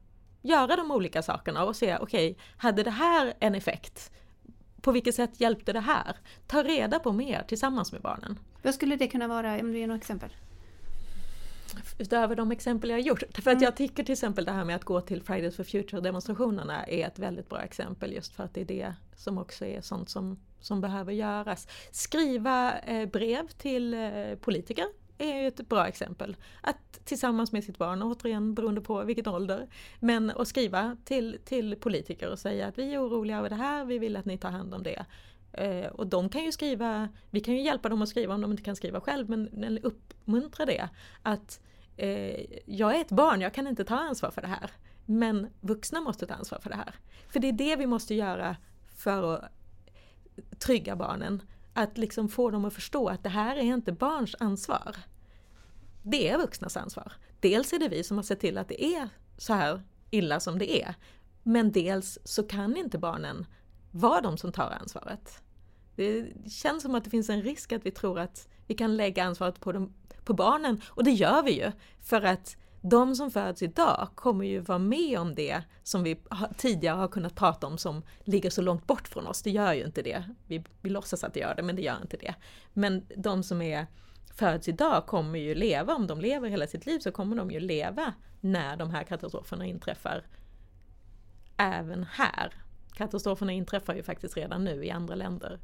göra de olika sakerna och se, okej, okay, hade det här en effekt? På vilket sätt hjälpte det här? Ta reda på mer tillsammans med barnen. Vad skulle det kunna vara, om du ger några exempel? Utöver de exempel jag har gjort. För att mm. jag tycker till exempel det här med att gå till Fridays for Future-demonstrationerna är ett väldigt bra exempel, just för att det är det som också är sånt som, som behöver göras. Skriva eh, brev till eh, politiker är ju ett bra exempel. Att tillsammans med sitt barn, återigen beroende på vilken ålder, men att skriva till, till politiker och säga att vi är oroliga över det här, vi vill att ni tar hand om det. Eh, och de kan ju skriva, vi kan ju hjälpa dem att skriva om de inte kan skriva själv, men eller uppmuntra det. Att eh, jag är ett barn, jag kan inte ta ansvar för det här. Men vuxna måste ta ansvar för det här. För det är det vi måste göra för att trygga barnen. Att liksom få dem att förstå att det här är inte barns ansvar. Det är vuxnas ansvar. Dels är det vi som har sett till att det är så här illa som det är. Men dels så kan inte barnen vara de som tar ansvaret. Det känns som att det finns en risk att vi tror att vi kan lägga ansvaret på, dem, på barnen. Och det gör vi ju. För att de som föds idag kommer ju vara med om det som vi tidigare har kunnat prata om som ligger så långt bort från oss. Det gör ju inte det. Vi, vi låtsas att det gör det, men det gör inte det. Men de som är föds idag kommer ju leva, om de lever hela sitt liv så kommer de ju leva när de här katastroferna inträffar. Även här. Katastroferna inträffar ju faktiskt redan nu i andra länder.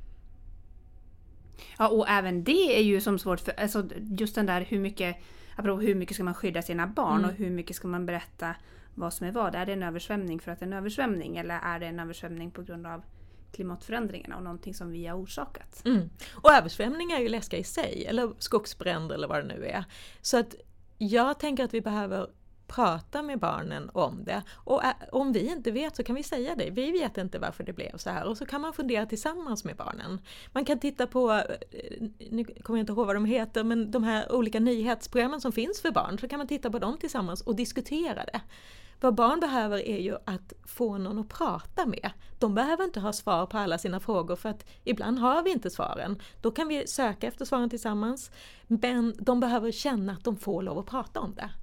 Ja, och även det är ju som svårt för, alltså just den där hur mycket, apropå hur mycket ska man skydda sina barn mm. och hur mycket ska man berätta vad som är vad. Är det en översvämning för att det är en översvämning eller är det en översvämning på grund av klimatförändringarna och någonting som vi har orsakat? Mm. Och översvämningar är ju läskiga i sig, eller skogsbränder eller vad det nu är. Så att jag tänker att vi behöver prata med barnen om det. Och om vi inte vet så kan vi säga det. Vi vet inte varför det blev så här. Och så kan man fundera tillsammans med barnen. Man kan titta på, nu kommer jag inte ihåg vad de heter, men de här olika nyhetsprogrammen som finns för barn. Så kan man titta på dem tillsammans och diskutera det. Vad barn behöver är ju att få någon att prata med. De behöver inte ha svar på alla sina frågor för att ibland har vi inte svaren. Då kan vi söka efter svaren tillsammans. Men de behöver känna att de får lov att prata om det.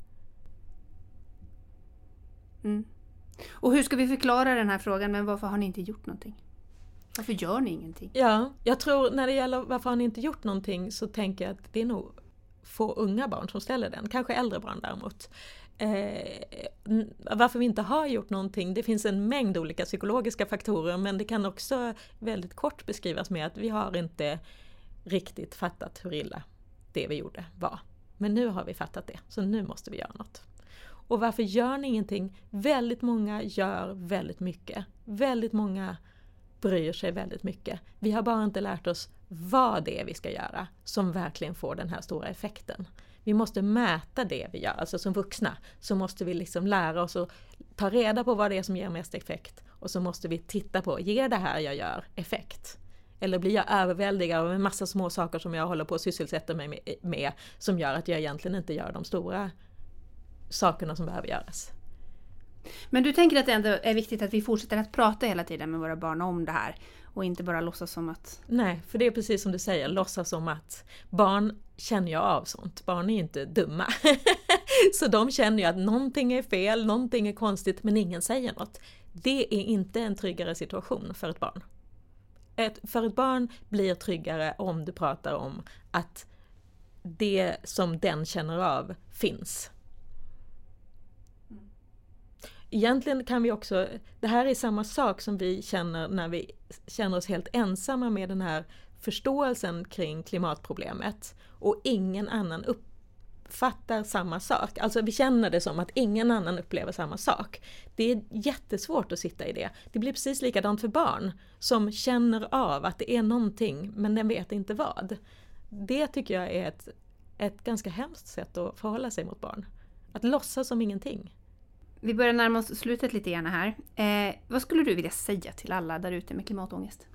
Mm. Och hur ska vi förklara den här frågan, men varför har ni inte gjort någonting? Varför gör ni ingenting? Ja, jag tror när det gäller varför har ni inte gjort någonting så tänker jag att det är nog få unga barn som ställer den, kanske äldre barn däremot. Eh, varför vi inte har gjort någonting, det finns en mängd olika psykologiska faktorer, men det kan också väldigt kort beskrivas med att vi har inte riktigt fattat hur illa det vi gjorde var. Men nu har vi fattat det, så nu måste vi göra något. Och varför gör ni ingenting? Väldigt många gör väldigt mycket. Väldigt många bryr sig väldigt mycket. Vi har bara inte lärt oss vad det är vi ska göra som verkligen får den här stora effekten. Vi måste mäta det vi gör. Alltså som vuxna så måste vi liksom lära oss att ta reda på vad det är som ger mest effekt. Och så måste vi titta på, ger det här jag gör effekt? Eller blir jag överväldigad av en massa små saker som jag håller på att sysselsätta mig med, med som gör att jag egentligen inte gör de stora sakerna som behöver göras. Men du tänker att det ändå är viktigt att vi fortsätter att prata hela tiden med våra barn om det här och inte bara låtsas som att... Nej, för det är precis som du säger, låtsas som att barn känner ju av sånt. Barn är ju inte dumma. Så de känner ju att någonting är fel, någonting är konstigt, men ingen säger något. Det är inte en tryggare situation för ett barn. Ett, för ett barn blir tryggare om du pratar om att det som den känner av finns. Egentligen kan vi också, det här är samma sak som vi känner när vi känner oss helt ensamma med den här förståelsen kring klimatproblemet och ingen annan uppfattar samma sak. Alltså vi känner det som att ingen annan upplever samma sak. Det är jättesvårt att sitta i det. Det blir precis likadant för barn som känner av att det är någonting men den vet inte vad. Det tycker jag är ett, ett ganska hemskt sätt att förhålla sig mot barn. Att låtsas som ingenting. Vi börjar närma oss slutet lite grann här. Eh, vad skulle du vilja säga till alla där ute med klimatångest?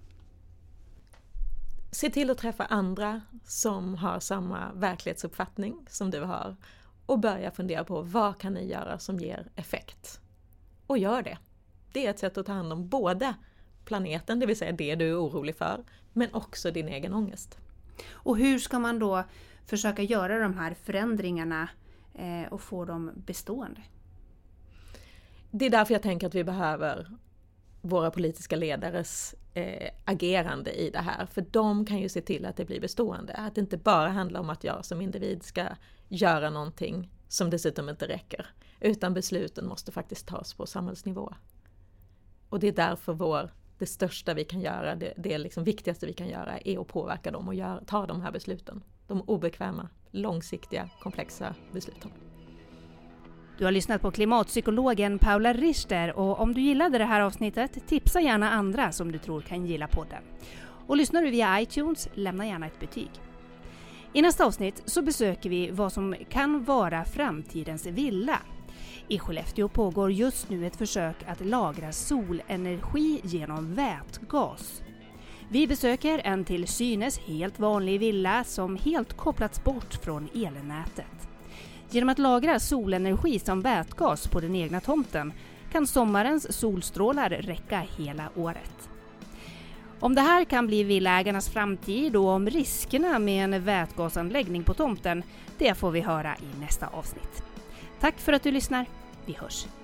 Se till att träffa andra som har samma verklighetsuppfattning som du har. Och börja fundera på vad kan ni göra som ger effekt. Och gör det. Det är ett sätt att ta hand om både planeten, det vill säga det du är orolig för, men också din egen ångest. Och hur ska man då försöka göra de här förändringarna eh, och få dem bestående? det är därför jag tänker att vi behöver våra politiska ledares eh, agerande i det här. För de kan ju se till att det blir bestående. Att det inte bara handlar om att jag som individ ska göra någonting som dessutom inte räcker. Utan besluten måste faktiskt tas på samhällsnivå. Och det är därför vår, det största vi kan göra, det, det liksom viktigaste vi kan göra är att påverka dem och gör, ta de här besluten. De obekväma, långsiktiga, komplexa besluten. Du har lyssnat på klimatpsykologen Paula Richter, och om du gillade det här avsnittet, tipsa gärna andra som du tror kan gilla podden. Och lyssnar du via iTunes, lämna gärna ett betyg. I nästa avsnitt så besöker vi vad som kan vara framtidens villa. I Skellefteå pågår just nu ett försök att lagra solenergi genom vätgas. Vi besöker en till synes helt vanlig villa som helt kopplats bort från elnätet. Genom att lagra solenergi som vätgas på den egna tomten kan sommarens solstrålar räcka hela året. Om det här kan bli villaägarnas framtid och om riskerna med en vätgasanläggning på tomten, det får vi höra i nästa avsnitt. Tack för att du lyssnar. Vi hörs.